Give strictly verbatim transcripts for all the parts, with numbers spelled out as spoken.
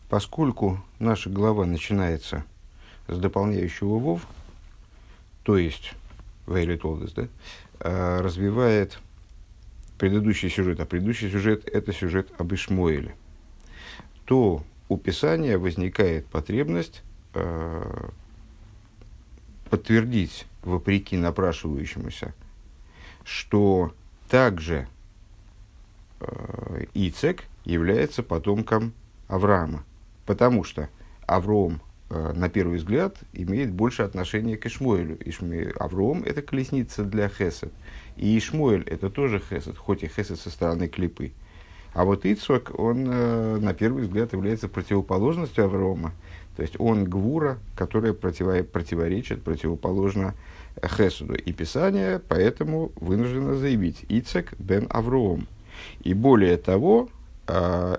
Поскольку наша глава начинается с дополняющего вов, то есть Вейлит Олдес, да, э, развивает предыдущий сюжет, а предыдущий сюжет – это сюжет об Ишмоэле, то у Писания возникает потребность э, подтвердить, вопреки напрашивающемуся, что также э, Ицек является потомком Авраама, потому что Авром, э, на первый взгляд, имеет больше отношения к Ишмоэлю. Ишме... Авром – это колесница для Хесед, и Ишмоэль – это тоже Хесед, хоть и Хесед со стороны клипы. А вот Ицхак, он, э, на первый взгляд, является противоположностью Аврома. То есть он гвура, которая противо, противоречит, противоположна Хесуду. И Писание поэтому вынуждено заявить Ицхак бен Авром. И более того, э,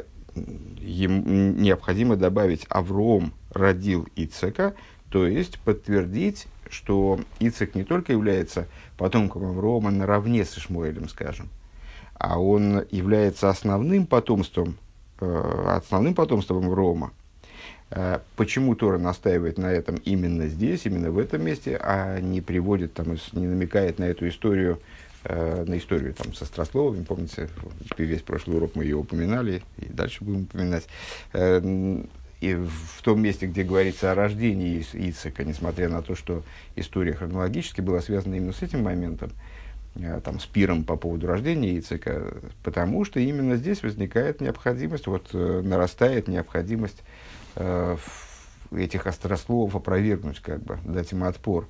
ему необходимо добавить Авром родил Ицхака, то есть подтвердить, что Ицхак не только является потомком Аврома наравне с Ишмоэлем, скажем, а он является основным потомством, э, основным потомством Аврома. Э, почему Тора настаивает на этом именно здесь, именно в этом месте, а не приводит, там, не намекает на эту историю, э, на историю там, со Страсловым, помните, весь прошлый урок мы ее упоминали, и дальше будем упоминать. Э, и в том месте, где говорится о рождении Ицхака, несмотря на то, что история хронологически была связана именно с этим моментом, там, с пиром по поводу рождения Ицхака, потому что именно здесь возникает необходимость, вот, э, нарастает необходимость э, этих острословов опровергнуть, как бы, дать им отпор.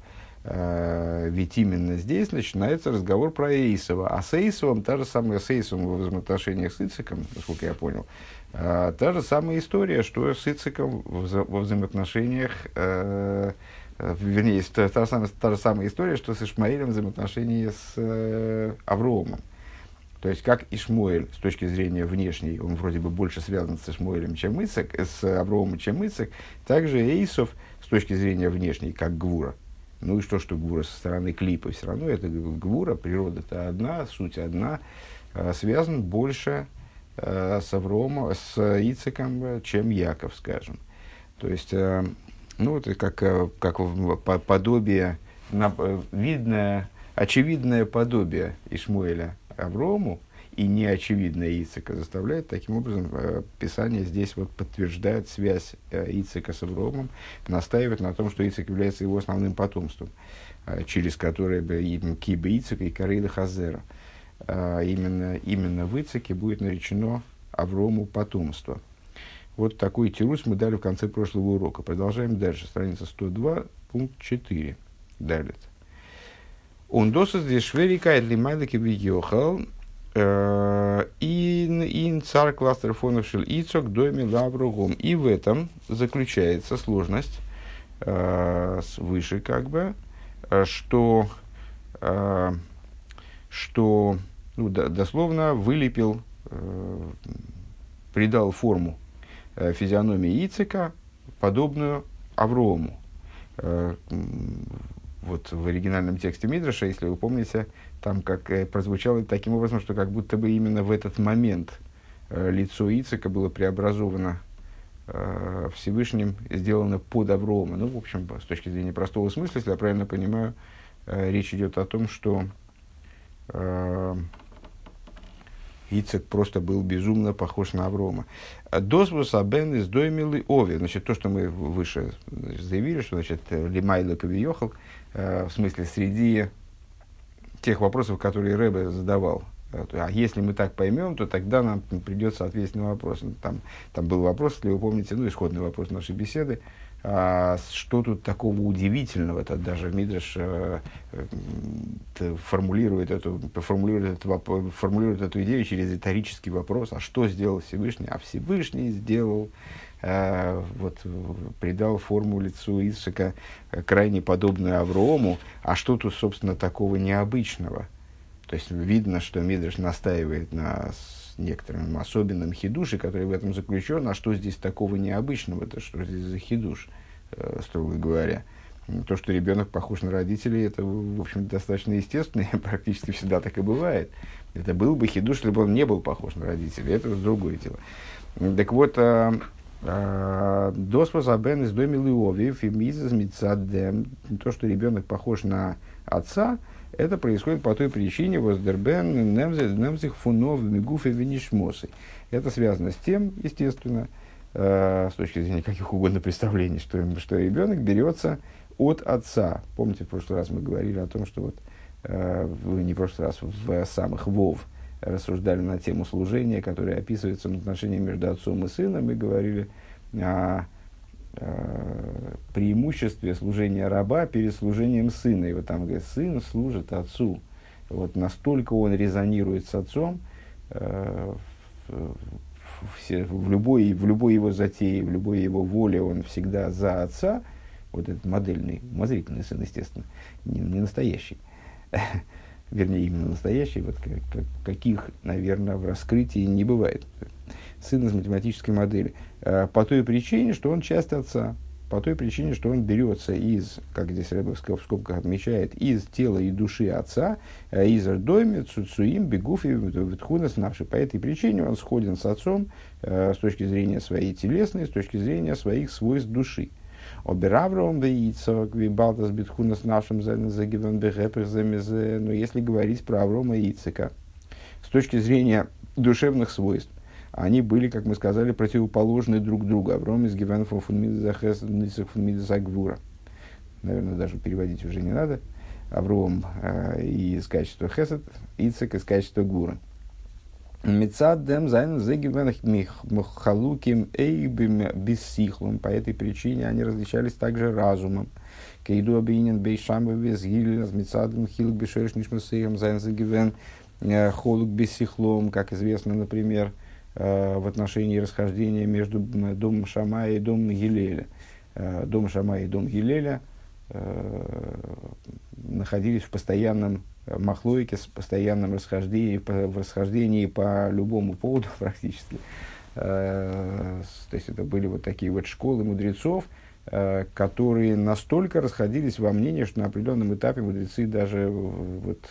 Э, ведь именно здесь начинается разговор про Эйсова. А с Эйсовым, та же самая, с Эйсовым во взаимоотношениях с Ицхаком, насколько я понял, э, та же самая история, что с Ицхаком во, во взаимоотношениях э, Вернее, та, та, самая, та же самая история, что с Ишмаэлем в взаимоотношении с э, Авромом. То есть, как Ишмоэль, с точки зрения внешней, он вроде бы больше связан с Ишмоэлем, чем Ицхак, с Авромом, чем Ицхак, также Эйсов, с точки зрения внешней, как Гвура. Ну и что, что Гвура со стороны клипа, все равно это Гвура, природа-то одна, суть одна, э, связан больше э, с Авромом, с Ицхаком, чем Яков, скажем. То есть... Э, Ну, это как, как подобие, видное, очевидное подобие Ишмоэля Аврому и неочевидное Ицхака заставляет. Таким образом, Писание здесь вот подтверждает связь Ицхака с Авромом, настаивает на том, что Ицхак является его основным потомством, через которое киба Ицхака и Карейда Хазера. Именно, именно в Ицхаке будет наречено Аврому потомство. Вот такой тирус мы дали в конце прошлого урока. Продолжаем дальше. Страница сто два, пункт четыре. Далее. Он досыс здесь шверикает лимайлаки виёхал ин ин цар кластер фоновшил ицок доме лавругом. И в этом заключается сложность э, свыше, как бы, что, э, что ну, д- дословно вылепил, э, придал форму физиономии Ицхака, подобную Аврому. Вот в оригинальном тексте Мидраша, если вы помните, там как прозвучало таким образом, что как будто бы именно в этот момент лицо Ицхака было преобразовано Всевышним, сделано под Аврома. Ну, в общем, с точки зрения простого смысла, если я правильно понимаю, речь идет о том, что Ицхак просто был безумно похож на Аврома. Досвус абен из доймилы ови. Значит, то, что мы выше заявили, что, значит, лимайло кавиёхал, в смысле, среди тех вопросов, которые Ребе задавал. А если мы так поймем, то тогда нам придет соответственный вопрос. Там, там был вопрос, если вы помните, ну, исходный вопрос нашей беседы, а что тут такого удивительного? Это даже Мидраш э, э, формулирует, эту, формулирует, эту, формулирует эту идею через риторический вопрос. А что сделал Всевышний? А Всевышний сделал, э, вот, придал форму лицу Ицхака крайне подобную Аврому. А что тут, собственно, такого необычного? То есть видно, что Мидраш настаивает на некоторым особенным хидуше, который в этом заключен. А что здесь такого необычного? Это что здесь за хидуш, э, строго говоря? То, что ребенок похож на родителей, это, в общем, достаточно естественно, и практически всегда так и бывает. Это был бы хидуш, если бы он не был похож на родителей. Это другое дело. Так вот, э, Досвос абен из доми лиовив и мизис мицадем. То, что ребенок похож на отца, это происходит по той причине, воздербен немзих фунов мигуфе винишмосы. Это связано с тем, естественно, с точки зрения каких угодно представлений, что, что ребенок берется от отца. Помните, в прошлый раз мы говорили о том, что вот, не в прошлый раз, в самых Вов рассуждали на тему служения, которое описывается в отношении между отцом и сыном. Мы говорили о, о преимуществе служения раба перед служением сына. И вот там говорит, сын служит отцу. Вот настолько он резонирует с отцом э, в, в, в, любой, в любой его затее, в любой его воле он всегда за отца. Вот этот модельный, умозрительный сын, естественно, не, не настоящий. Вернее, именно настоящий, вот как, как, каких, наверное, в раскрытии не бывает. Сын из математической модели. А, по той причине, что он часть отца. По той причине, что он берется из, как здесь Ребе в скобках отмечает, из тела и души отца, из рдойми, цуцуим, бегуфи, ветхунас навши. По этой причине он сходен с отцом а, с точки зрения своей телесной, с точки зрения своих свойств души. Оберавром Ицхак вибалтас битхунас нашим загивен бегепер замезе. Но если говорить про Аврома и Ицхака с точки зрения душевных свойств, они были, как мы сказали, противоположны друг другу. Авром из гивен фунмидзахес ницах фунмидзагвура. Наверное, даже переводить уже не надо. Авром э, из качества хесед, Ицхак из качества гвура. Мецаддем зайн зэгивенах михалуким эйбим бессихлом. По этой причине они различались также разумом. Кейду объединен бейшамы везгиль с мецаддем хилк бешерш нишмасеем зайн зэгивен холук бессихлом. Как известно, например, в отношении расхождения между домом Шамая и домом Гилеля. Дом Шамая и дом Гилеля находились в постоянном махлойке, с постоянным расхождением, в расхождении по любому поводу практически. То есть это были вот такие вот школы мудрецов, которые настолько расходились во мнении, что на определенном этапе мудрецы даже вот,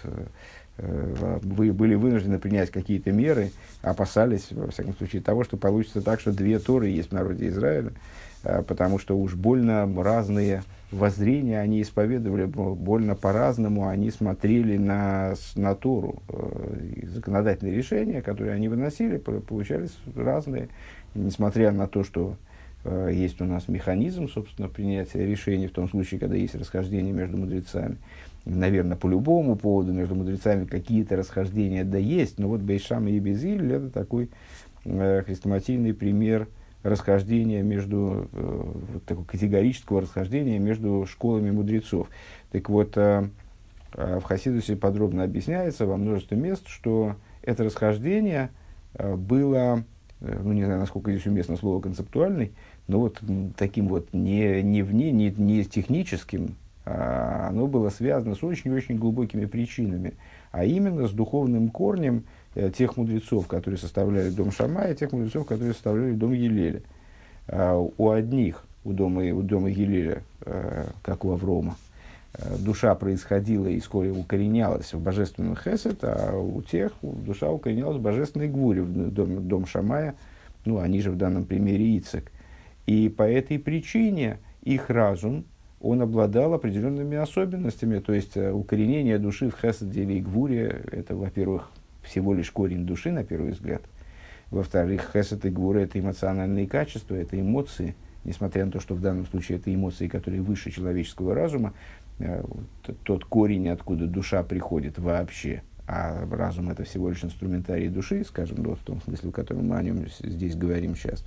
вы были вынуждены принять какие-то меры, опасались, во всяком случае, того, что получится так, что две Торы есть в народе Израиля, потому что уж больно разные воззрения они исповедовали, больно по-разному они смотрели на, на Тору. И законодательные решения, которые они выносили, получались разные, несмотря на то, что э, есть у нас механизм, собственно, принятия решений в том случае, когда есть расхождение между мудрецами. Наверное, по любому поводу между мудрецами какие-то расхождения да есть, но вот Бейшам и Безиль – это такой э, хрестоматийный пример расхождения между, э, вот такого категорического расхождения между школами мудрецов. Так вот, э, э, в Хасидусе подробно объясняется во множестве мест, что это расхождение э, было, э, ну не знаю, насколько здесь уместно слово концептуальный, но вот таким вот не, не вне, не, не техническим, а оно было связано с очень-очень глубокими причинами, а именно с духовным корнем тех мудрецов, которые составляли дом Шамая, тех мудрецов, которые составляли дом Гилеля. А, у одних, у дома, у дома Гилеля, а, как у Аврома, а, душа происходила и вскоре укоренялась в божественном хесед, а у тех душа укоренялась в божественной гвуре, в дом, дом Шамая, ну, они же в данном примере Ицхак. И по этой причине их разум, он обладал определенными особенностями, то есть укоренение души в хеседе или гвуре, это, во-первых, всего лишь корень души, на первый взгляд. Во-вторых, хесед и гвура – это эмоциональные качества, это эмоции, несмотря на то, что в данном случае это эмоции, которые выше человеческого разума, э, тот корень, откуда душа приходит вообще, а разум – это всего лишь инструментарий души, скажем, вот в том смысле, в котором мы о нем здесь говорим сейчас.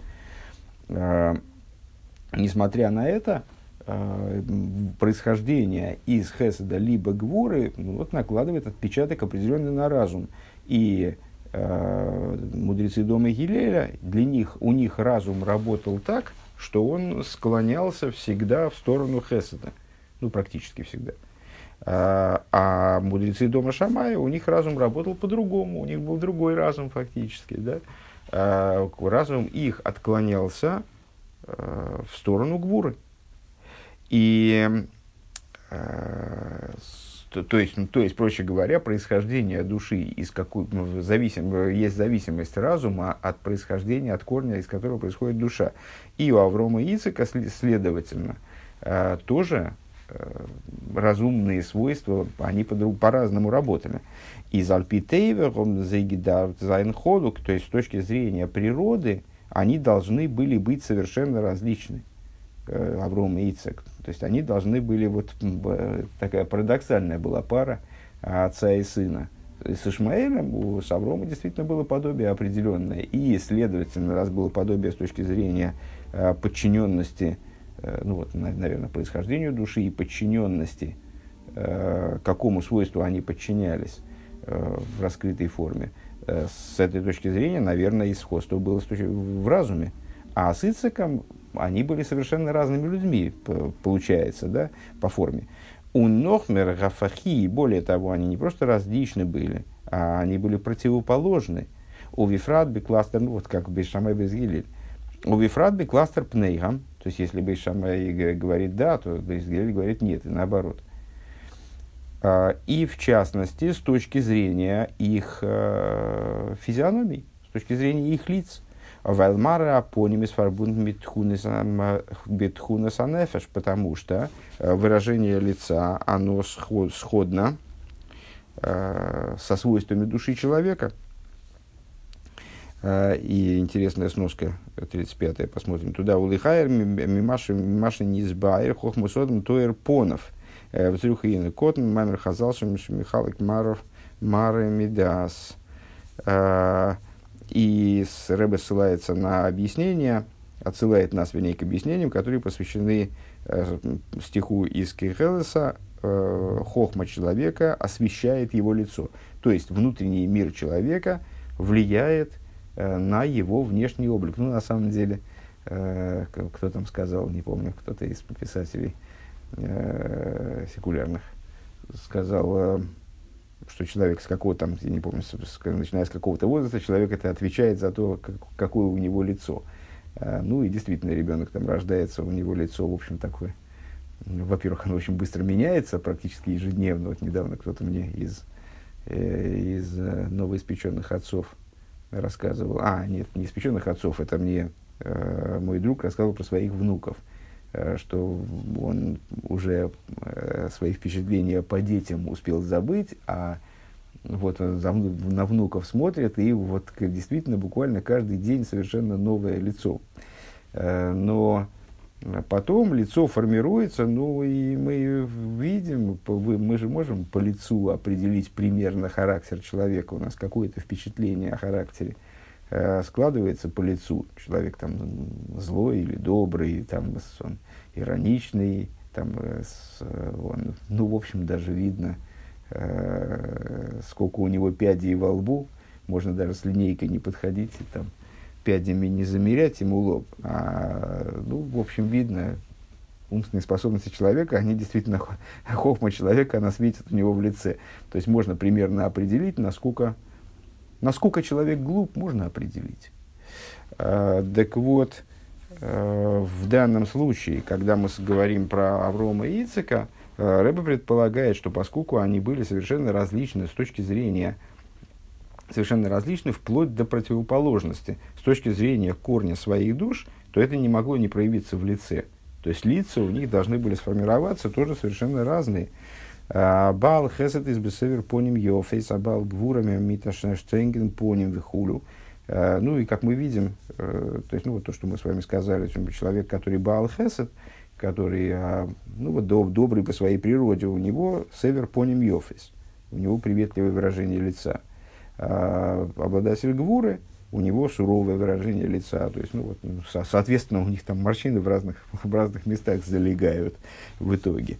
Э, несмотря на это, э, происхождение из хеседа либо гвуры ну, вот, накладывает отпечаток определенный на разум. И э, мудрецы дома Гилеля, для них, у них разум работал так, что он склонялся всегда в сторону хеседа. Ну, практически всегда. А, а мудрецы дома Шамая, у них разум работал по-другому. У них был другой разум фактически. Да? А, разум их отклонялся а, в сторону гвуры. И а, то, то, есть, ну, то есть, проще говоря, происхождение души из какой, ну, зависим, есть зависимость разума от происхождения, от корня, из которого происходит душа. И у Аврома и Ицека, следовательно, э, тоже э, разумные свойства, они по- по-разному работали. Из Альпитейвер, Зайнходук, то есть с точки зрения природы, они должны были быть совершенно различны. Авром и Ицек. То есть они должны были, вот такая парадоксальная была пара отца и сына. С Ишмаэлем у Аврома действительно было подобие определенное. И, следовательно, раз было подобие с точки зрения подчиненности, ну вот, наверное, происхождению души и подчиненности, какому свойству они подчинялись в раскрытой форме, с этой точки зрения, наверное, и сходство было в разуме. А с Ицеком они были совершенно разными людьми, получается, да, по форме. У Нохмер, Гафахи, более того, они не просто различны были, а они были противоположны. У Вифрат Бекластер, ну вот как Бейшамай Безгилель. У Вифрат Бекластер Пнейгам, то есть если Бейшамай говорит да, то Безгилель говорит нет, и наоборот. И в частности, с точки зрения их э, физиономий, с точки зрения их лиц. Вайлмара апонимис фарбунд бетхунес анефеш, потому что выражение лица, оно сходно э, со свойствами души человека. Э, и интересная сноска, тридцать пятая, посмотрим туда. Улихайр мимаши низбайр хохмусодом тоер понов. Взрюхаин котн мамер хазалшим Михалик Маров Мары Мидас. И Ребе ссылается на объяснения, отсылает нас, вернее, к объяснениям, которые посвящены э, стиху из Кехелеса э, «Хохма человека освещает его лицо». То есть, внутренний мир человека влияет э, на его внешний облик. Ну, на самом деле, э, кто там сказал, не помню, кто-то из писателей э, секулярных сказал... Э, что человек с какого-то, там, я не помню, с, с, начиная с какого-то возраста, человек это отвечает за то, как, какое у него лицо. А, ну и действительно, ребенок там рождается, у него лицо, в общем, такое. Ну, во-первых, оно очень быстро меняется, практически ежедневно. Вот недавно кто-то мне из, э, из э, новоиспеченных отцов рассказывал. А, нет, не испеченных отцов, это мне э, мой друг рассказывал про своих внуков, э, что он уже э, свои впечатления по детям успел забыть, а вот он за, на внуков смотрит, и вот действительно буквально каждый день совершенно новое лицо. Э, но потом лицо формируется, ну и мы видим, мы же можем по лицу определить примерно характер человека, у нас какое-то впечатление о характере э, складывается по лицу. Человек там злой или добрый, там, он ироничный, там, он, ну, в общем, даже видно, э, сколько у него пядей во лбу, можно даже с линейкой не подходить и там пядями не замерять ему лоб, а, ну, в общем, видно, умственные способности человека, они действительно, хохма человека, она светит у него в лице. То есть можно примерно определить, насколько, насколько человек глуп, можно определить. А, так вот, в данном случае, когда мы говорим про Аврома и Ицека, Ребе предполагает, что поскольку они были совершенно различны с точки зрения, совершенно различны вплоть до противоположности, с точки зрения корня своих душ, то это не могло не проявиться в лице. То есть лица у них должны были сформироваться тоже совершенно разные. Баал хесед из бесевер поним йофейс, а баал гвурами миташнештренген поним вихулю. Ну и как мы видим, то есть, ну, вот то, что мы с вами сказали, человек, который Баал Хесед, который, ну, вот, доб, добрый по своей природе, у него север поним йофис, у него приветливое выражение лица. А обладатель Гвуры, у него суровое выражение лица, то есть, ну, вот, ну, со, соответственно, у них там морщины в разных, в разных местах залегают в итоге.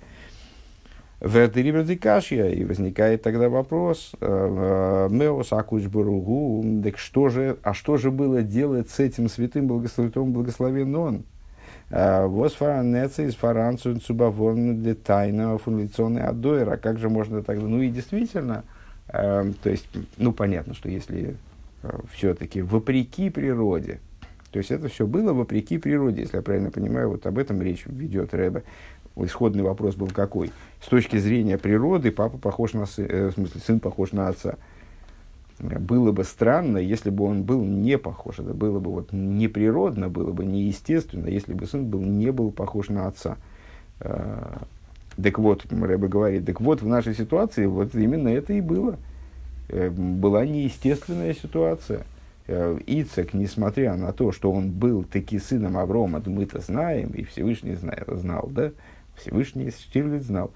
В этой рибердикашья, и возникает тогда вопрос, Меос Акуч Баругу, так что же, а что же было делать с этим святым благословенным, благословен он? Восфаранеца из фаранцу цубаворн для тайного функционной адойра. Как же можно тогда? Ну и действительно, то есть, ну понятно, что если все-таки вопреки природе, То есть это все было вопреки природе, если я правильно понимаю, вот об этом речь ведет Ребе. Исходный вопрос был какой? С точки зрения природы папа похож на сын, э, в смысле сын похож на отца. Было бы странно, если бы он был не похож. Это было бы вот неприродно, было бы неестественно, если бы сын был, не был похож на отца. Э, так вот, Ребе говорит, так вот в нашей ситуации вот именно это и было. Э, была неестественная ситуация. Ицек, несмотря на то, что он был таки сыном Аврома, мы-то знаем, и Всевышний знал, знал, да? Всевышний Штирлиц знал.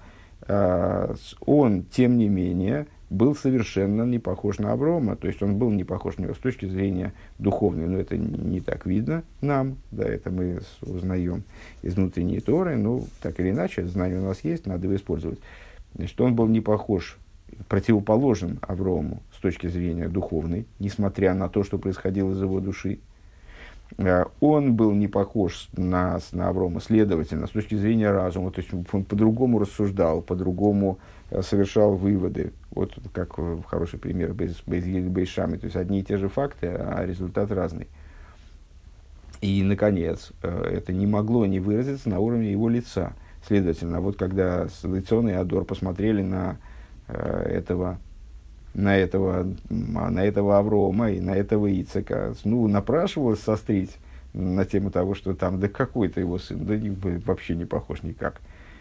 Он, тем не менее, был совершенно не похож на Аврома, то есть он был не похож на него с точки зрения духовной, но это не так видно нам, да, это мы узнаем из внутренней Торы, ну, так или иначе, знание у нас есть, надо его использовать. Значит, он был не похож, противоположен Аврому с точки зрения духовной, несмотря на то, что происходило из его души. Он был не похож на, на Аврома, следовательно, с точки зрения разума, то есть он по-другому рассуждал, по-другому совершал выводы. Вот как хороший пример Бейшами, то есть одни и те же факты, а результат разный. И, наконец, это не могло не выразиться на уровне его лица. Следовательно, вот когда Лицон и Адор посмотрели на этого, на этого, на этого Аврома и на этого Ицека, ну, напрашивалось сострить на тему того, что там, да какой-то его сын, да не, вообще не похож никак.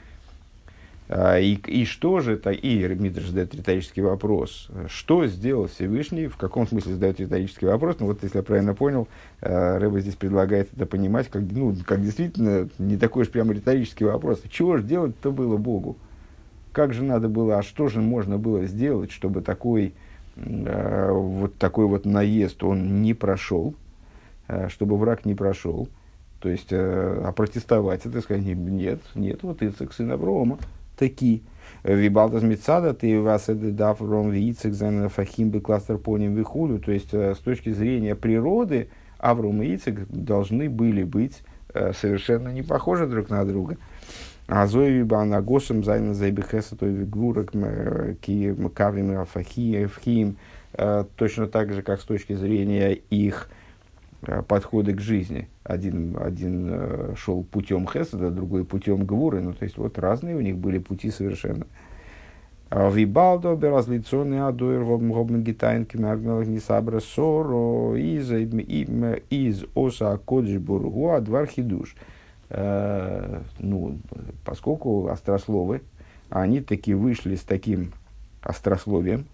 А, и, и что же, это, и Мидраш задает риторический вопрос, что сделал Всевышний, в каком смысле задает риторический вопрос, ну вот если я правильно понял, Рэбе здесь предлагает это понимать, как, ну, как действительно не такой уж прямо риторический вопрос, чего же делать-то было Богу? Как же надо было, а что же можно было сделать, чтобы такой, э, вот такой вот наезд он не прошел, э, чтобы враг не прошел, то есть э, опротестовать это, сказать, нет, нет, вот Ицек, сын Аврома, таки. Вибалтаз Мицада, ты вас это дав ром Ицек за фахим бы кластер поним вихулю, то есть э, с точки зрения природы Авром и Ицек должны были быть э, совершенно не похожи друг на друга. А зои банагосом зайна зайбихеса той вигвурок ки кавим афахием точно так же, как с точки зрения их подхода к жизни. Один, один шел путем хеседа, другой путем гвуры, ну, то есть вот разные у них были пути совершенно. Вибалдо беразлиционный адуэр вобн гитайнки мягмелых не сабра соро из из оса кодж бургу адвар хидуш. Uh, ну, поскольку острословы, они таки вышли с таким острословием,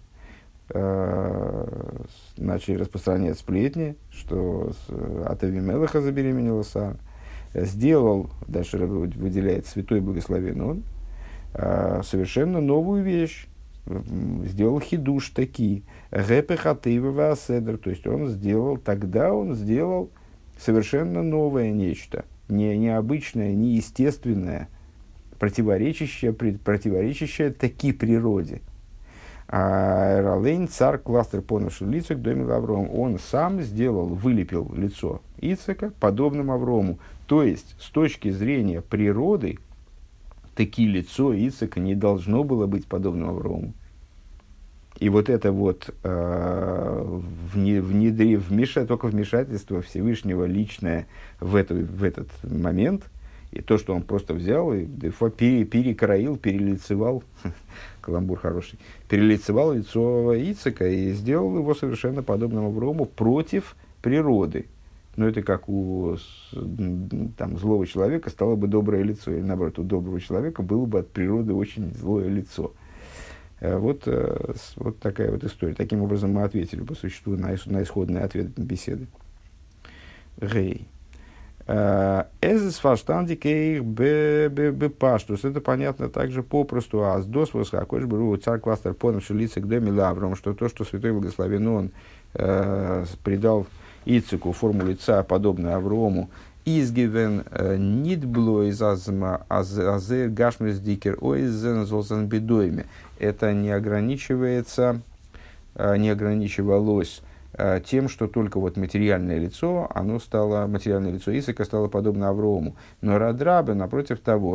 uh, начали распространять сплетни, что от Авимелеха забеременела Сара, сделал, дальше выделяет святой благословен он, uh, совершенно новую вещь, сделал хидуш таки, гэпэхатыва седр, то есть он сделал, тогда он сделал совершенно новое нечто. Не, необычное, неестественное, противоречащее, противоречащее таки природе. А Ралейн, царь, кластер понавший лицо к доме Аврому, он сам сделал, вылепил лицо Ицека подобным Аврому. То есть, с точки зрения природы, таки лицо Ицека не должно было быть подобным Аврому. И вот это вот э, внедри, вмеша, только вмешательство Всевышнего личное в, эту, в этот момент, и то, что он просто взял и пере, перекроил, перелицевал, каламбур хороший, перелицевал лицо Ицека и сделал его совершенно подобным Аврому против природы. Но это как у там, злого человека стало бы доброе лицо, или наоборот, у доброго человека было бы от природы очень злое лицо. Вот, вот такая вот история. Таким образом мы ответили по существу на, на исходные ответы беседы. Гей. Эзес фаштандикейх бепаштус. Это понятно также попросту. А с досвос какой был царь кластер понавший лица к доме Лавром, что то, что святой благословен он э, придал Ицеку форму лица, подобно Аврому, изгивен нидбло из азма азер гашмес дикер ойзен золзан бедойме. Это не ограничивается, не ограничивалось э, тем, что только вот материальное лицо, оно стало, материальное лицо Ицхака стало подобно Аврому. Но Радрабе, напротив того,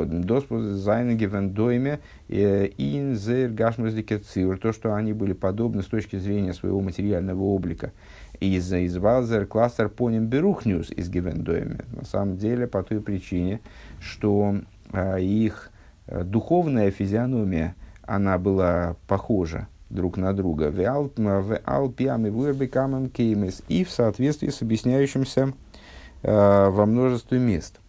то, что они были подобны с точки зрения своего материального облика. Из из Валзер кластер поним берухнюс из Гивендойме. На самом деле, по той причине, что э, их э, духовная физиономия, она была похожа друг на друга. И в соответствии с объясняющимся э, во множестве мест.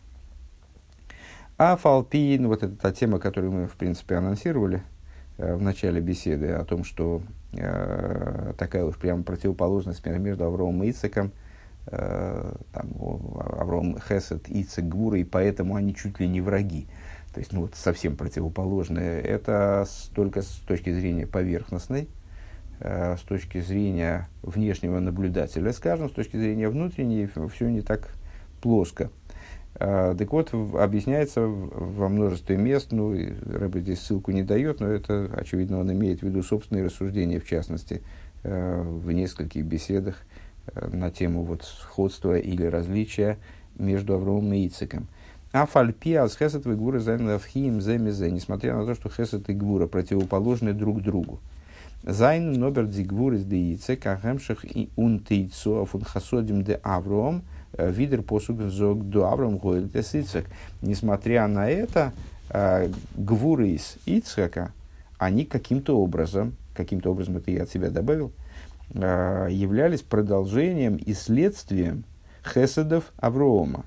А фалпин, вот это та тема, которую мы, в принципе, анонсировали э, в начале беседы, о том, что э, такая уж прямо противоположность между Авромом и Ицхаком, э, там, Авром Хесед, Ицхак, Гвура, и поэтому они чуть ли не враги. То есть, ну, вот совсем противоположное. Это с, только с точки зрения поверхностной, э, с точки зрения внешнего наблюдателя, скажем, с точки зрения внутренней, все не так плоско. Э, так вот, в, объясняется в, во множестве мест, ну, Рэбе здесь ссылку не дает, но это, очевидно, он имеет в виду собственные рассуждения, в частности, э, в нескольких беседах э, на тему вот, сходства или различия между Авромом и Ицхаком. А фальпиас хесед и гвура зайнлавхиим земезе, несмотря на то, что хесед и гвура противоположны друг другу. Зайн нобер ди гвурис де Ицхак, ахемших и унтейцо фун хасодим де Авром, видер посуг зог до Авром гойль де Ицхак. Несмотря на это, гвуры из Ицхака, они каким-то образом, каким-то образом это я от себя добавил, являлись продолжением и следствием хеседов Аврома.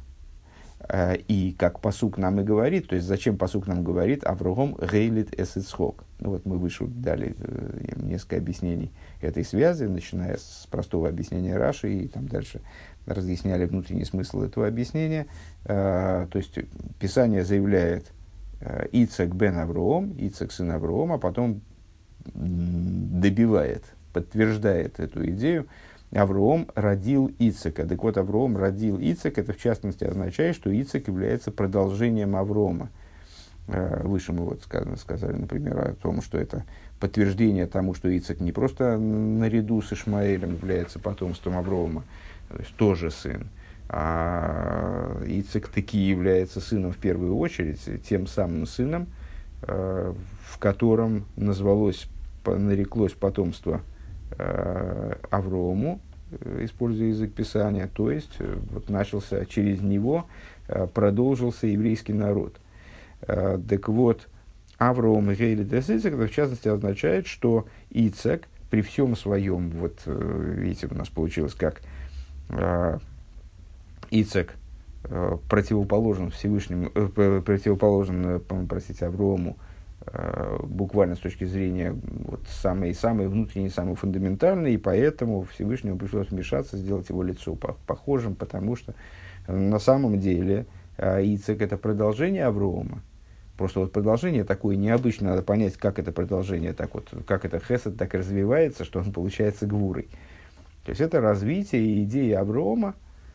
И как пасук нам и говорит, то есть зачем пасук нам говорит, Аврогом гейлит эс Ицхок. Ну вот мы выше дали э, несколько объяснений этой связи, начиная с простого объяснения Раши и там дальше разъясняли внутренний смысл этого объяснения. Э, то есть Писание заявляет э, Ицхак бен Авром, Ицхак сын Аврома, а потом добивает, подтверждает эту идею. Авром родил Ицхака. Так вот, Авром родил Ицхака, это в частности означает, что Ицхак является продолжением Аврома. Выше мы вот сказали, сказали, например, о том, что это подтверждение тому, что Ицхак не просто наряду с Ишмаэлем является потомством Аврома, то есть тоже сын, а Ицхак таки является сыном в первую очередь, тем самым сыном, в котором назвалось, нареклось потомство Аврому, используя язык Писания, то есть вот начался через него, продолжился еврейский народ. Так вот, Авром и Гейлит эс Ицхак, это в частности означает, что Ицхак при всем своем, вот видите, у нас получилось как Ицхак противоположен Всевышнему, противоположен, простите, Аврому, буквально с точки зрения вот, самой, самой внутренней, самой фундаментальной, и поэтому Всевышнему пришлось вмешаться, сделать его лицо похожим, потому что на самом деле Ицхак – это продолжение Аврома. Просто вот продолжение такое необычное, надо понять, как это продолжение, так вот, как это хесед так развивается, что он получается гвурой. То есть это развитие идеи Аврома,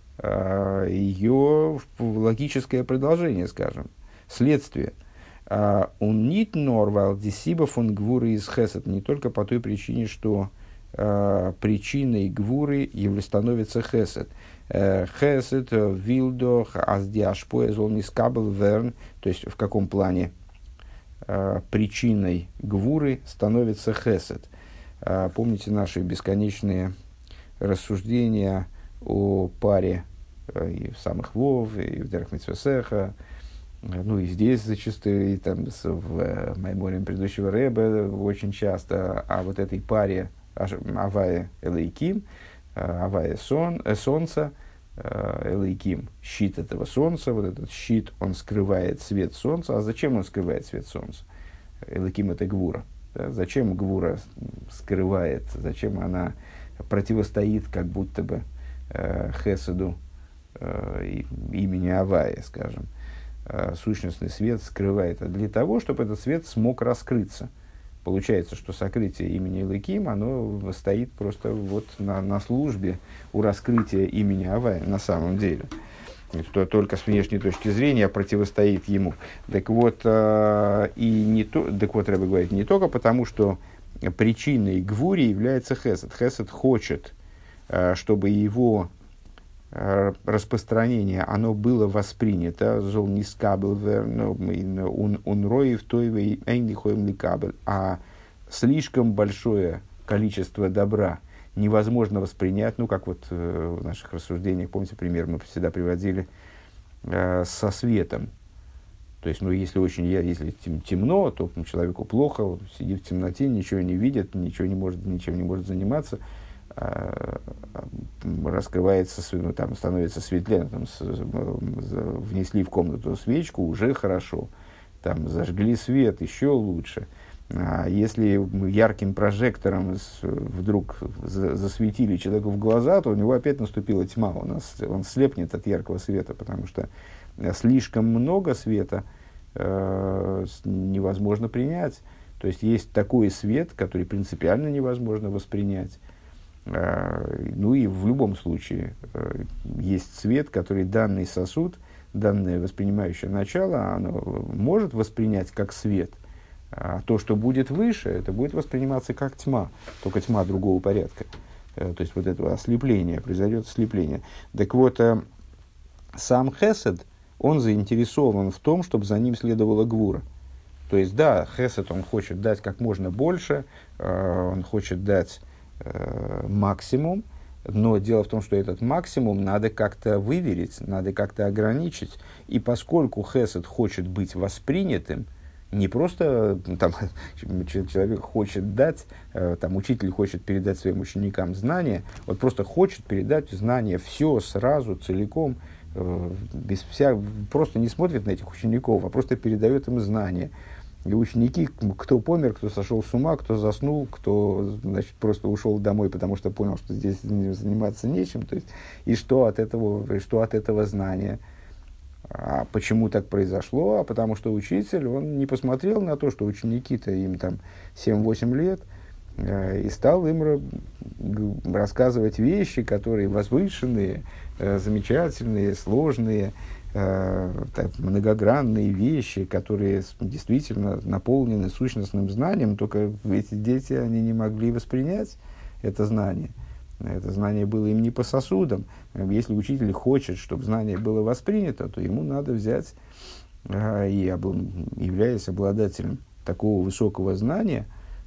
ее логическое продолжение, скажем, следствие. Он нит норвал дисиба фон гвуры из хесед, не только по той причине, что э, причиной гвуры становится хесед. Хесед вилдох аздиашпоэз он искабл верн, то есть в каком плане э, причиной гвуры становится хесед. Э, помните наши бесконечные рассуждения о паре э, и в самых вов, и в Дерах Мицвесеха, ну и здесь зачастую, и там с, в э, Майморе предыдущего Ребе очень часто о вот этой паре Авая Элейким, э, Авая сон, э, Солнца, э, Элейким, щит этого Солнца, вот этот щит, он скрывает свет Солнца. А зачем он скрывает свет Солнца? Элейким – это Гвура. Да? Зачем Гвура скрывает, зачем она противостоит как будто бы э, Хеседу э, имени Авая, скажем. Сущностный свет скрывает для того, чтобы этот свет смог раскрыться. Получается, что сокрытие имени Элоким, оно стоит просто вот на, на службе у раскрытия имени Авая на самом деле. Что только с внешней точки зрения противостоит ему. Так вот, э, и не то, так вот, Рэбе говорит, не только потому, что причиной гвури является хесед. Хесед хочет чтобы его распространение, оно было воспринято, зол не скабел, он роев тойвей эйнлихоем ликабель, а слишком большое количество добра невозможно воспринять, ну, как вот в наших рассуждениях, помните, пример мы всегда приводили со светом. То есть, ну, если очень если темно, то человеку плохо, он сидит в темноте, ничего не видит, ничего не может, ничем не может заниматься, раскрывается, ну, там становится светлее, там, с, внесли в комнату свечку, уже хорошо, там, зажгли свет, еще лучше. А если ярким прожектором с, вдруг за, засветили человеку в глаза, то у него опять наступила тьма, он, он слепнет от яркого света, потому что слишком много света э, невозможно принять. То есть есть такой свет, который принципиально невозможно воспринять. Ну и в любом случае есть свет, который данный сосуд, данное воспринимающее начало, оно может воспринять как свет, а то, что будет выше, это будет восприниматься как тьма, только тьма другого порядка. То есть вот этого ослепления, произойдет ослепление. Так вот, сам хесед, он заинтересован в том, чтобы за ним следовала гвура. То есть, да, хесед, он хочет дать как можно больше, он хочет дать максимум, но дело в том, что этот максимум надо как-то выверить, надо как-то ограничить. И поскольку хесед хочет быть воспринятым, не просто там, человек хочет дать, там, учитель хочет передать своим ученикам знания, вот просто хочет передать знания все сразу, целиком, без вся, просто не смотрит на этих учеников, а просто передает им знания. И ученики, кто помер, кто сошел с ума, кто заснул, кто, значит, просто ушел домой, потому что понял, что здесь заниматься нечем. То есть, и что от этого, и что от этого знания? А почему так произошло? А потому что учитель, он не посмотрел на то, что ученики-то им там семь-восемь лет, э, и стал им ра- рассказывать вещи, которые возвышенные, э, замечательные, сложные, так, многогранные вещи, которые действительно наполнены сущностным знанием, только эти дети, они не могли воспринять это знание. Это знание было им не по сосудам. Если учитель хочет, чтобы знание было воспринято, то ему надо взять, и являясь обладателем такого высокого знания,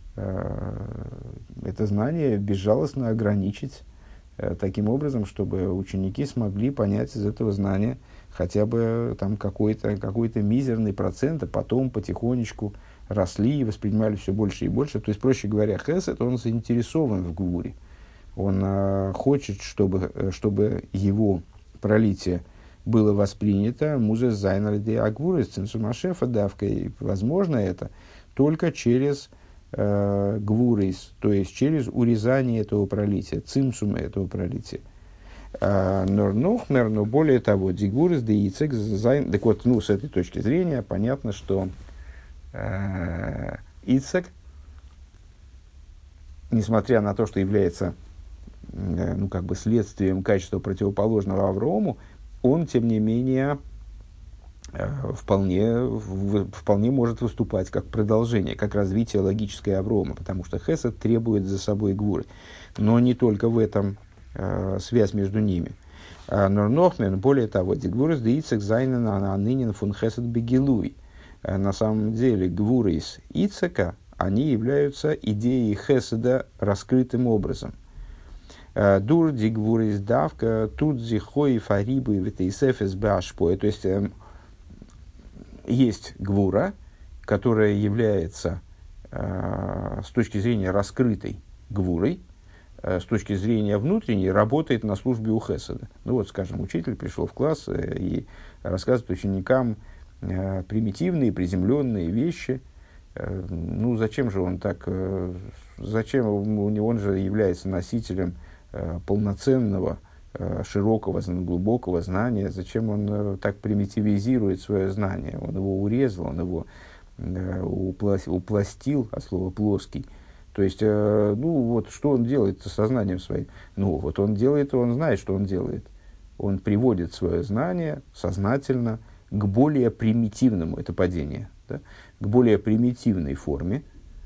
это знание безжалостно ограничить таким образом, чтобы ученики смогли понять из этого знания хотя бы там какой-то, какой-то мизерный процент, а потом потихонечку росли и воспринимали все больше и больше. То есть, проще говоря, хесед, он заинтересован в гвуре. Он а, хочет, чтобы, чтобы его пролитие было воспринято музес зайнер де агвурес цинсумашефа давкой. Возможно это только через э, гвурис, то есть через урезание этого пролития, цимсума этого пролития. Норнохмер, но более того, дигурис де ицек зайн. Так вот, ну, с этой точки зрения понятно, что э, ицек, несмотря на то, что является э, ну, как бы следствием качества противоположного Аврому, он, тем не менее, э, вполне, в, вполне может выступать как продолжение, как развитие логической Аврома, потому что хесед требует за собой гвуры. Но не только в этом связь между ними. Норнохмен, более того, дигвурис де ицек зайнен анынен фун хесед бегилуй. На самом деле, гвуры из ицека, они являются идеей хеседа раскрытым образом. Дур дигвурис давка, тут зихой фарибы витейсефес башпоя. То есть, есть гвура, которая является с точки зрения раскрытой гвурой, с точки зрения внутренней, работает на службе у хеседа. Ну вот, скажем, учитель пришел в класс и рассказывает ученикам э, примитивные, приземленные вещи. Э, ну, зачем же он так, э, зачем он же является носителем э, полноценного, э, широкого, глубокого знания, зачем он э, так примитивизирует свое знание? Он его урезал, он его э, упластил, от слова плоский. То есть, э, ну вот, что он делает со сознанием своим? Ну вот, он делает, он знает, что он делает. Он приводит свое знание сознательно к более примитивному, это падение, да, к более примитивной форме,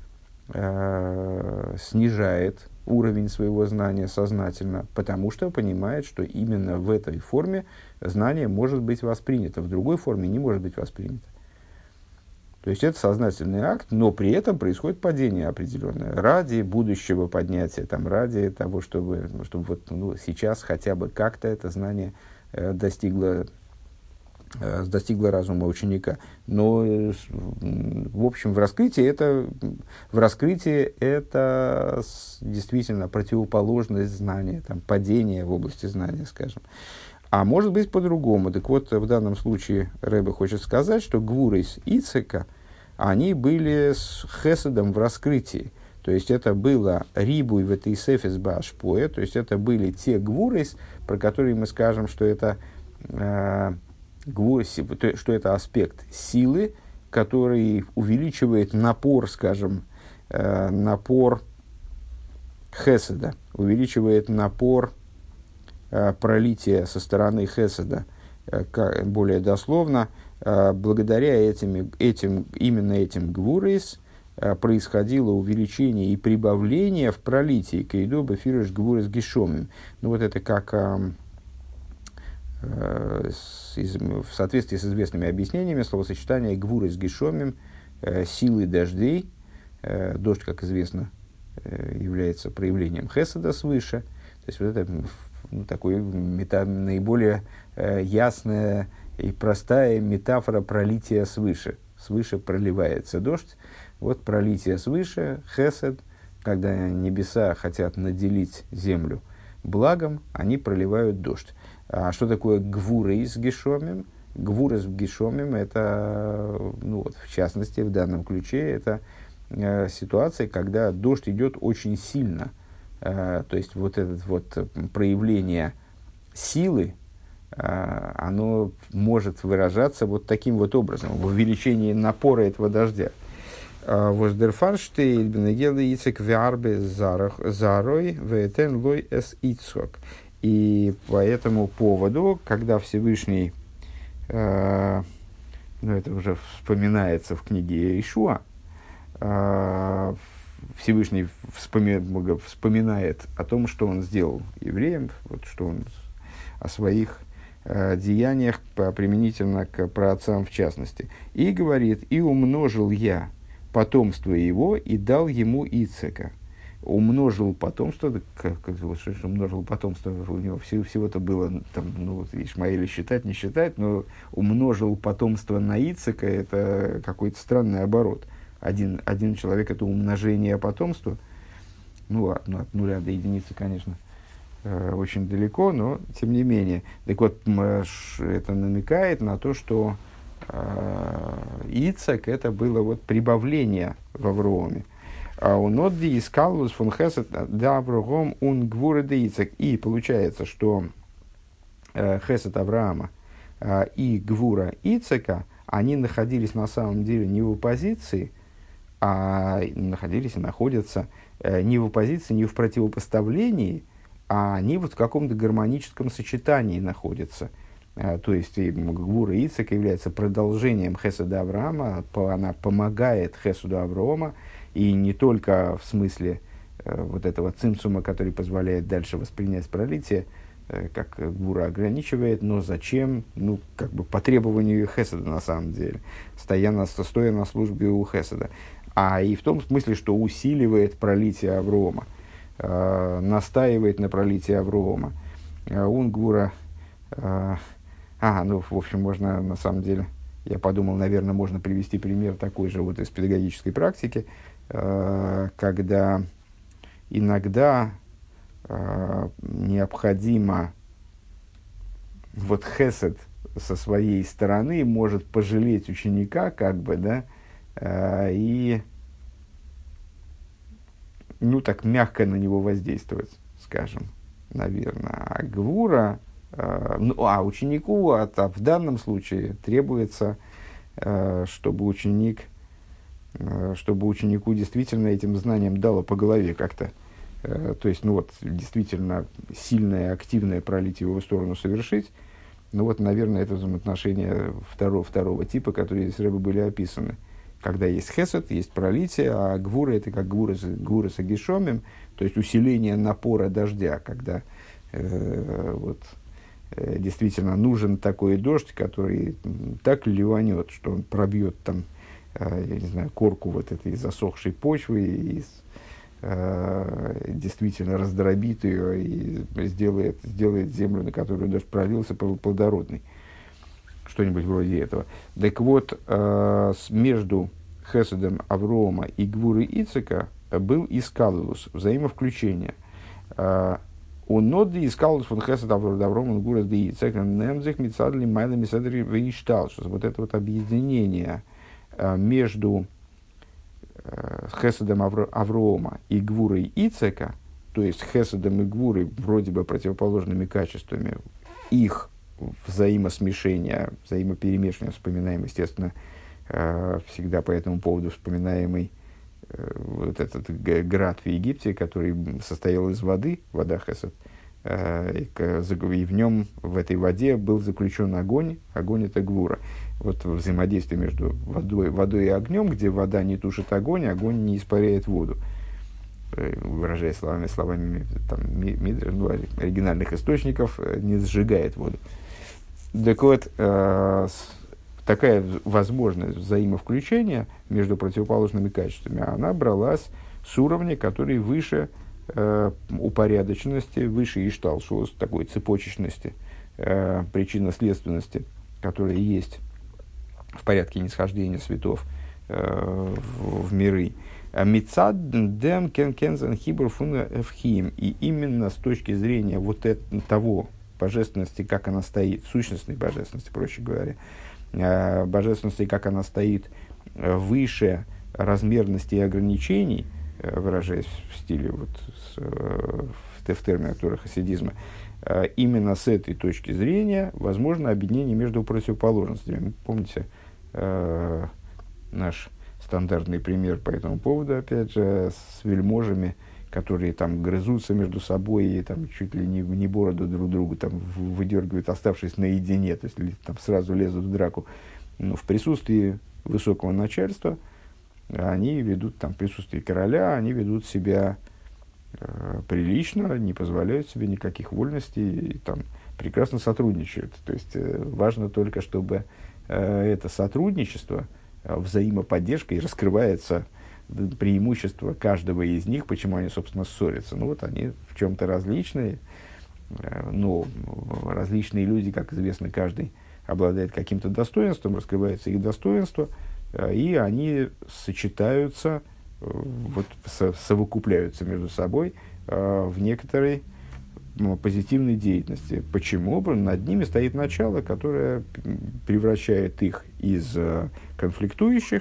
э, снижает уровень своего знания сознательно, потому что понимает, что именно в этой форме знание может быть воспринято, в другой форме не может быть воспринято. То есть это сознательный акт, но при этом происходит падение определенное ради будущего поднятия, там, ради того, чтобы, чтобы вот, ну, сейчас хотя бы как-то это знание э, достигло, э, достигло разума ученика. Но э, в общем в раскрытии это, в раскрытии это с, действительно противоположность знания, там, падение в области знания, скажем. А может быть по-другому. Так вот, в данном случае Ребе хочет сказать, что Гвурейс Ицека, они были с хеседом в раскрытии. То есть это было рибуй в этой сефис башпоя, то есть это были те Гвурейс, про которые мы скажем, что это, э, гвурейс, что это аспект силы, который увеличивает напор, скажем, э, напор хеседа, увеличивает напор пролитие со стороны хеседа, более дословно, благодаря этим, этим, именно этим гвурейс происходило увеличение и прибавление в пролитии кейдоба фирыш гвурейс гишомим. Ну вот это как из, в соответствии с известными объяснениями словосочетание гвурейс гишомим, силы дождей. Дождь, как известно, является проявлением хеседа свыше. То есть вот это, ну, такой мета, наиболее э, ясная и простая метафора пролития свыше. Свыше проливается дождь. Вот пролитие свыше, хесед, когда небеса хотят наделить землю благом, они проливают дождь. А что такое гвурейс гешомим? Гвурейс гешомим — это, ну, вот, в частности, в данном ключе, это э, ситуация, когда дождь идет очень сильно. Uh, то есть вот это вот проявление силы, uh, оно может выражаться вот таким вот образом, в увеличении напора этого дождя. Воздерфарштейн бенегелы ицек виарбе зарой веетен лой эс ицок. И по этому поводу, когда Всевышний, uh, ну это уже вспоминается в книге Иешуа, uh, Всевышний вспоми, вспоминает о том, что он сделал евреям, вот, что он о своих э, деяниях по, применительно к праотцам в частности. И говорит: «И умножил я потомство его, и дал ему Ицека». Умножил потомство, как, как, что умножил потомство, у него всего, всего-то было, там, ну, Ишмаэля считать, не считать, но умножил потомство на Ицека — это какой-то странный оборот. Один, один человек — это умножение потомства. Ну, от, ну, от нуля до единицы, конечно, э, очень далеко, но тем не менее. Так вот, это намекает на то, что э, Ицек — это было вот прибавление в Авроаме. А у Нодди искалус фон Хесед да Аврогом ун гвуре де Ицек. И получается, что э, Хесед Авраама э, и гвура Ицека, они находились на самом деле не в оппозиции, а находились и находятся э, не в оппозиции, не в противопоставлении, а они вот в каком-то гармоническом сочетании находятся. Э, то есть и Гвура Ицек является продолжением Хеседа Авраама, по, она помогает Хеседу Авраама, и не только в смысле э, вот этого цимцума, который позволяет дальше воспринять пролитие, э, как Гвура ограничивает, но зачем? Ну, как бы по требованию Хеседа на самом деле, стоя на, стоя на службе у Хеседа. А и в том смысле, что усиливает пролитие Аврома, э, настаивает на пролитии Аврома. Э, Унгура, э, а, ну, в общем, можно, на самом деле, я подумал, наверное, можно привести пример такой же вот из педагогической практики, э, когда иногда э, необходимо, вот хесед со своей стороны может пожалеть ученика, как бы, да, и, ну, так мягко на него воздействовать, скажем, наверное. А Гвура, э, ну, а ученику, а, а в данном случае требуется, э, чтобы ученик, э, чтобы ученику действительно этим знанием дало по голове как-то. Э, то есть, ну вот, действительно сильное, активное пролитие в его сторону совершить. Ну вот, наверное, это взаимоотношения второго, второго типа, которые здесь Рэбе были описаны. когда есть хесед, есть пролитие, а гвура это как гвура с агишомим, то есть усиление напора дождя, когда э, вот, э, действительно нужен такой дождь, который так ливанет, что он пробьет там, э, я не знаю, корку вот этой засохшей почвы и э, действительно раздробит ее и сделает, сделает землю, на которую дождь пролился, плодородной. Что-нибудь вроде этого. Так вот, э, между Хеседом Аврома и Гвурой Ицека был искалус, взаимовключение. Он ноды искалус фон Хесед Аврома Гвура де Ицек немзих мицадли майла мисадри вейштал. Вот это вот объединение э, между э, Хеседом Авро, Аврома и Гвурой Ицека, то есть Хеседом и Гвурой вроде бы противоположными качествами, их взаимосмешения, взаимоперемешивания, вспоминаем, естественно, э, всегда по этому поводу вспоминаемый э, вот этот град в Египте, который состоял из воды, вода Хесед, э, и, и в нем, в этой воде, был заключен огонь, огонь это Гвура. Вот взаимодействие между водой, водой и огнем, где вода не тушит огонь, огонь не испаряет воду. Выражаясь словами, словами там, мидр, ну, оригинальных источников, не сжигает воду. Так вот, э, такая возможность взаимовключения между противоположными качествами, она бралась с уровня, который выше э, упорядоченности, выше ишталшус, такой цепочечности, э, причинно-следственности, которая есть в порядке нисхождения светов э, в, в миры. Мицад дем кен кензен хибур фун эвхим. И именно с точки зрения вот это, того божественности, как она стоит, сущностной божественности, проще говоря, э, божественности, как она стоит выше размерности и ограничений, э, выражаясь в стиле, вот, с, э, в, в терминах Тора хасидизма, э, именно с этой точки зрения возможно объединение между противоположностями. Помните э, наш стандартный пример по этому поводу, опять же, с вельможами, которые там грызутся между собой и там чуть ли не, не бороду друг другу там выдергивают, оставшись наедине, то есть там сразу лезут в драку. Но в присутствии высокого начальства они ведут, там, в присутствии короля, они ведут себя э, прилично, не позволяют себе никаких вольностей, и, там, прекрасно сотрудничают. То есть э, важно только, чтобы э, это сотрудничество, взаимоподдержка, и раскрывается преимущество каждого из них, почему они, собственно, ссорятся. Ну, вот они в чем-то различные, но различные люди, как известно, каждый обладает каким-то достоинством, раскрывается их достоинство, и они сочетаются, вот, совокупляются между собой в некоторой позитивной деятельности. Почему? Над ними стоит начало, которое превращает их из конфликтующих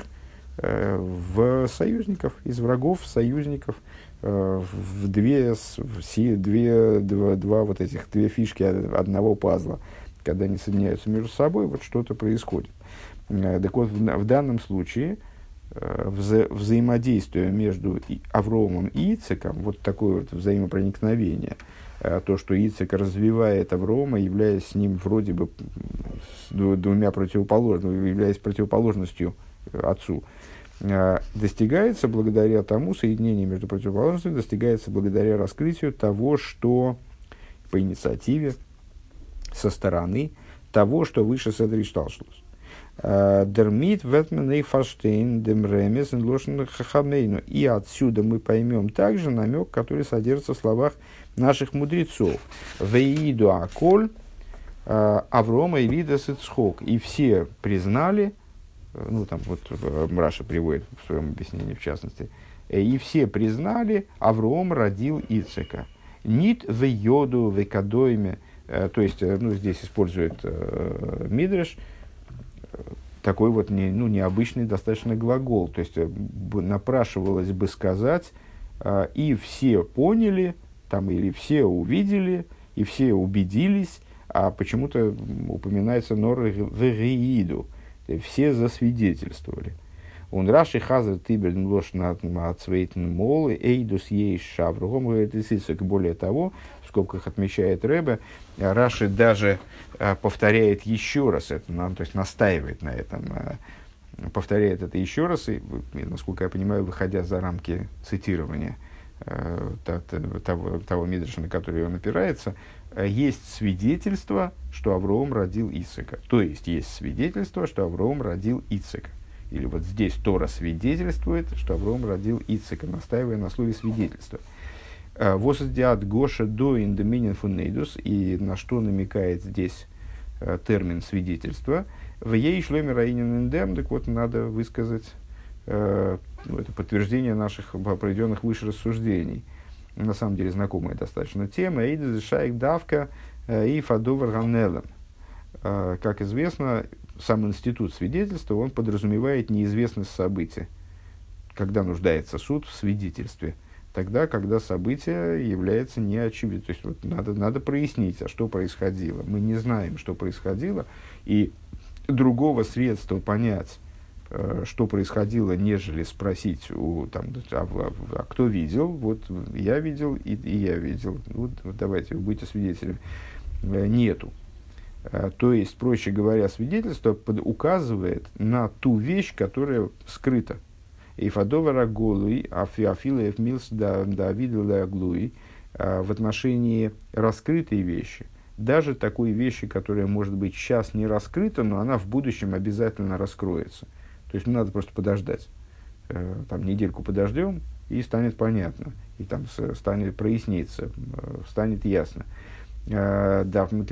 в союзников, из врагов в союзников, в две, в две, два, два вот этих, две фишки одного пазла. Когда они соединяются между собой, вот что-то происходит. Так вот, в, в данном случае вза взаимодействие между Авромом и Ицеком, вот такое вот взаимопроникновение, то, что Ицек развивает Аврома, являясь с ним вроде бы двумя противоположными, являясь противоположностью отцу, достигается благодаря тому, соединение между противоположностями достигается благодаря раскрытию того, что по инициативе, со стороны того, что выше Седри Шталшлус. Дермит ветменей фаштейн демремес лошен хахамейну. И отсюда мы поймем также намек, который содержится в словах наших мудрецов. Веиду аколь Аврома и Лидас Ицхок. И все признали, ну там вот Раша приводит в своем объяснении в частности, и все признали, Авром родил Ицека. Нит вейоду векадойме. То есть, ну, здесь использует э, Мидреш, такой вот не, ну, необычный достаточно глагол. То есть, напрашивалось бы сказать, э, и все поняли, там, или все увидели, и все убедились, а почему-то упоминается нор вегииду, все засвидетельствовали. Он Раши хазар тиберн лош на цвейтен мол, эйдус ей шавругом, говорит Ицек. Более того, в скобках отмечает Ребе, Раши даже а, повторяет еще раз это, на, то есть настаивает на этом, а, повторяет это еще раз, и, насколько я понимаю, выходя за рамки цитирования э, того, того мидраша, на который он опирается, э, есть свидетельство, что Авраам родил Ицхака. То есть, есть свидетельство, что Авраам родил Ицхака. Или вот здесь Тора свидетельствует, что Авраам родил Ицхака, настаивая на слове свидетельства. Восдиат Гоша до индоминин фунейдус, и на что намекает здесь э, термин свидетельства. В ей шлеме раинин индем, так вот надо высказать э, ну, это подтверждение наших проведенных выше рассуждений. На самом деле знакомая достаточно тема. Эйдез шайк давка и фадовар ганнелем. Как известно, сам институт свидетельства, он подразумевает неизвестность события. Когда нуждается суд в свидетельстве, тогда, когда событие является неочевидным. То есть, вот, надо, надо прояснить, а что происходило. Мы не знаем, что происходило, и другого средства понять, э, что происходило, нежели спросить у, там, а, а, а кто видел, вот я видел и, и я видел, вот, вот давайте, вы будете свидетелями, э, нету. Э, то есть, проще говоря, свидетельство под, указывает на ту вещь, которая скрыта. И фадовара голуй, афиафилаев милс давидула глуй, в отношении раскрытой вещи, даже такой вещи, которая, может быть, сейчас не раскрыта, но она в будущем обязательно раскроется. То есть, надо просто подождать. Там недельку подождем, и станет понятно. И там станет проясниться, станет ясно. Да,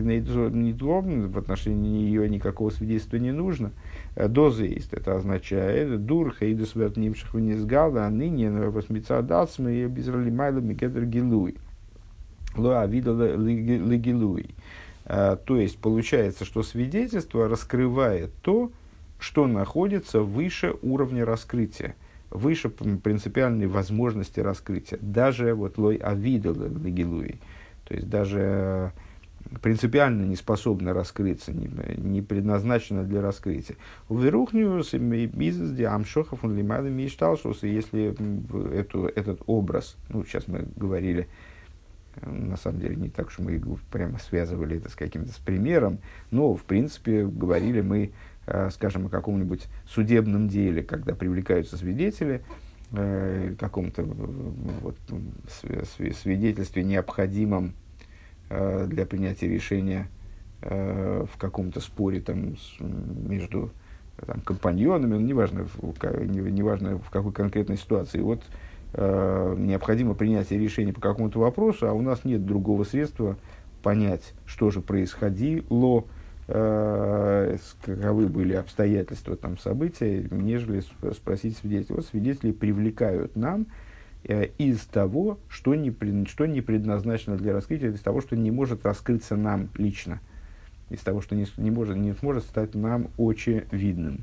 в отношении нее никакого свидетельства не нужно. Доза есть, это означает дур хейдус вертнимших внизгала, а ныне восьмица дацма и безралимайла микедр гилуй. Лоа видала легилуй. То есть, получается, что свидетельство раскрывает то, что находится выше уровня раскрытия, выше принципиальной возможности раскрытия. Даже вот лой авидала легилуй. То есть, даже принципиально не способна раскрыться, не, не предназначена для раскрытия. Уверухниус бизнес диамшохов он лимада мечтался, если эту, этот образ, ну, сейчас мы говорили, на самом деле не так, что мы прямо связывали это с каким-то с примером, но, в принципе, говорили мы, скажем, о каком-нибудь судебном деле, когда привлекаются свидетели, каком-то вот, свидетельстве необходимом для принятия решения э, в каком-то споре там, с, между там, компаньонами, ну, неважно, в, не, неважно в какой конкретной ситуации. Вот э, необходимо принятие решения по какому-то вопросу, а у нас нет другого средства понять, что же происходило, э, каковы были обстоятельства там, события, нежели спросить свидетелей. Вот свидетели привлекают нам из того, что не, что не предназначено для раскрытия, из того, что не может раскрыться нам лично, из того, что не, не, может, не сможет стать нам очевидным.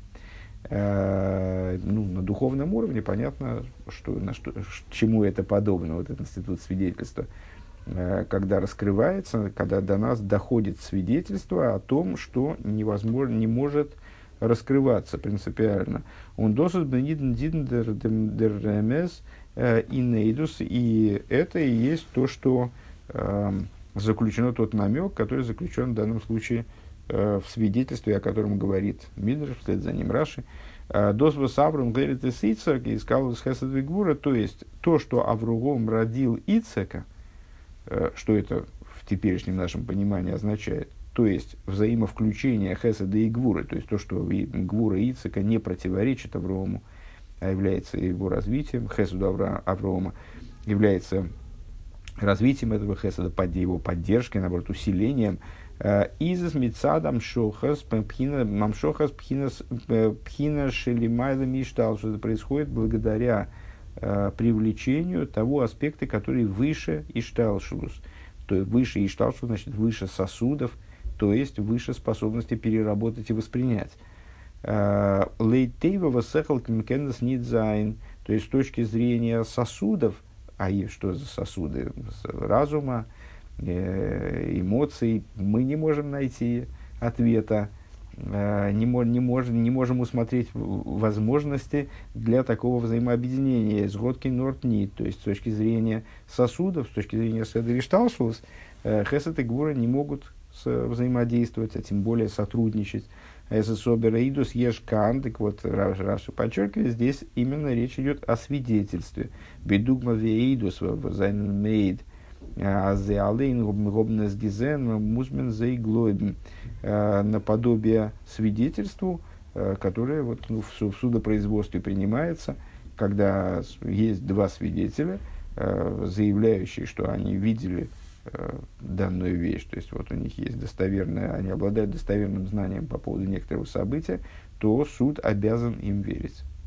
Э, ну, на духовном уровне понятно, что, на что, чему это подобно, вот этот институт свидетельства, э, когда раскрывается, когда до нас доходит свидетельство о том, что невозможно, не может раскрываться принципиально. Он досыт бениден диден дер ремес инейдус, и это и есть то, что э, заключено, тот намек, который заключен в данном случае э, в свидетельстве, о котором говорит Мидраш, вслед за ним Раши. Досва Саврум говорит из Ицхака, искал из Хесед Вигвура, то есть то, что Авруам родил Ицхака, э, что это в теперешнем нашем понимании означает, то есть взаимовключение Хеседа и Гвуры, то есть то, что Гвура и Ицхака не противоречит Авруаму, а является его развитием, Хесуду Аврома, является развитием этого Хеседа, под его поддержкой, наоборот, усилением. Изас митсадам шохас мамшохас пхина шелимайла миштал, что это происходит благодаря э, привлечению того аспекта, который выше ишталшус, то есть выше ишталшус, значит выше сосудов, то есть выше способности переработать и воспринять. Лейтейва сехал кемкенес нидзайн, то есть с точки зрения сосудов, а и что за сосуды? Разума, эмоций, мы не можем найти ответа, не, мо- не, можем, не можем усмотреть возможности для такого взаимообъединения с Годки Нортни, то есть с точки зрения сосудов, с точки зрения Седа Вишталшус, Хесед и Гвура не могут взаимодействовать, а тем более сотрудничать. Эсэсобераидус ешкан, так вот Раши подчеркивает, здесь именно речь идет о свидетельстве. Бедугма веидус мейд азеалейн гобнес гизен музмен зейглойбн, наподобие свидетельству, которое вот, ну, в судопроизводстве принимается, когда есть два свидетеля, заявляющие, что они видели данную вещь, то есть вот у них есть достоверное, они обладают достоверным знанием по поводу некоторого события, то суд обязан им верить.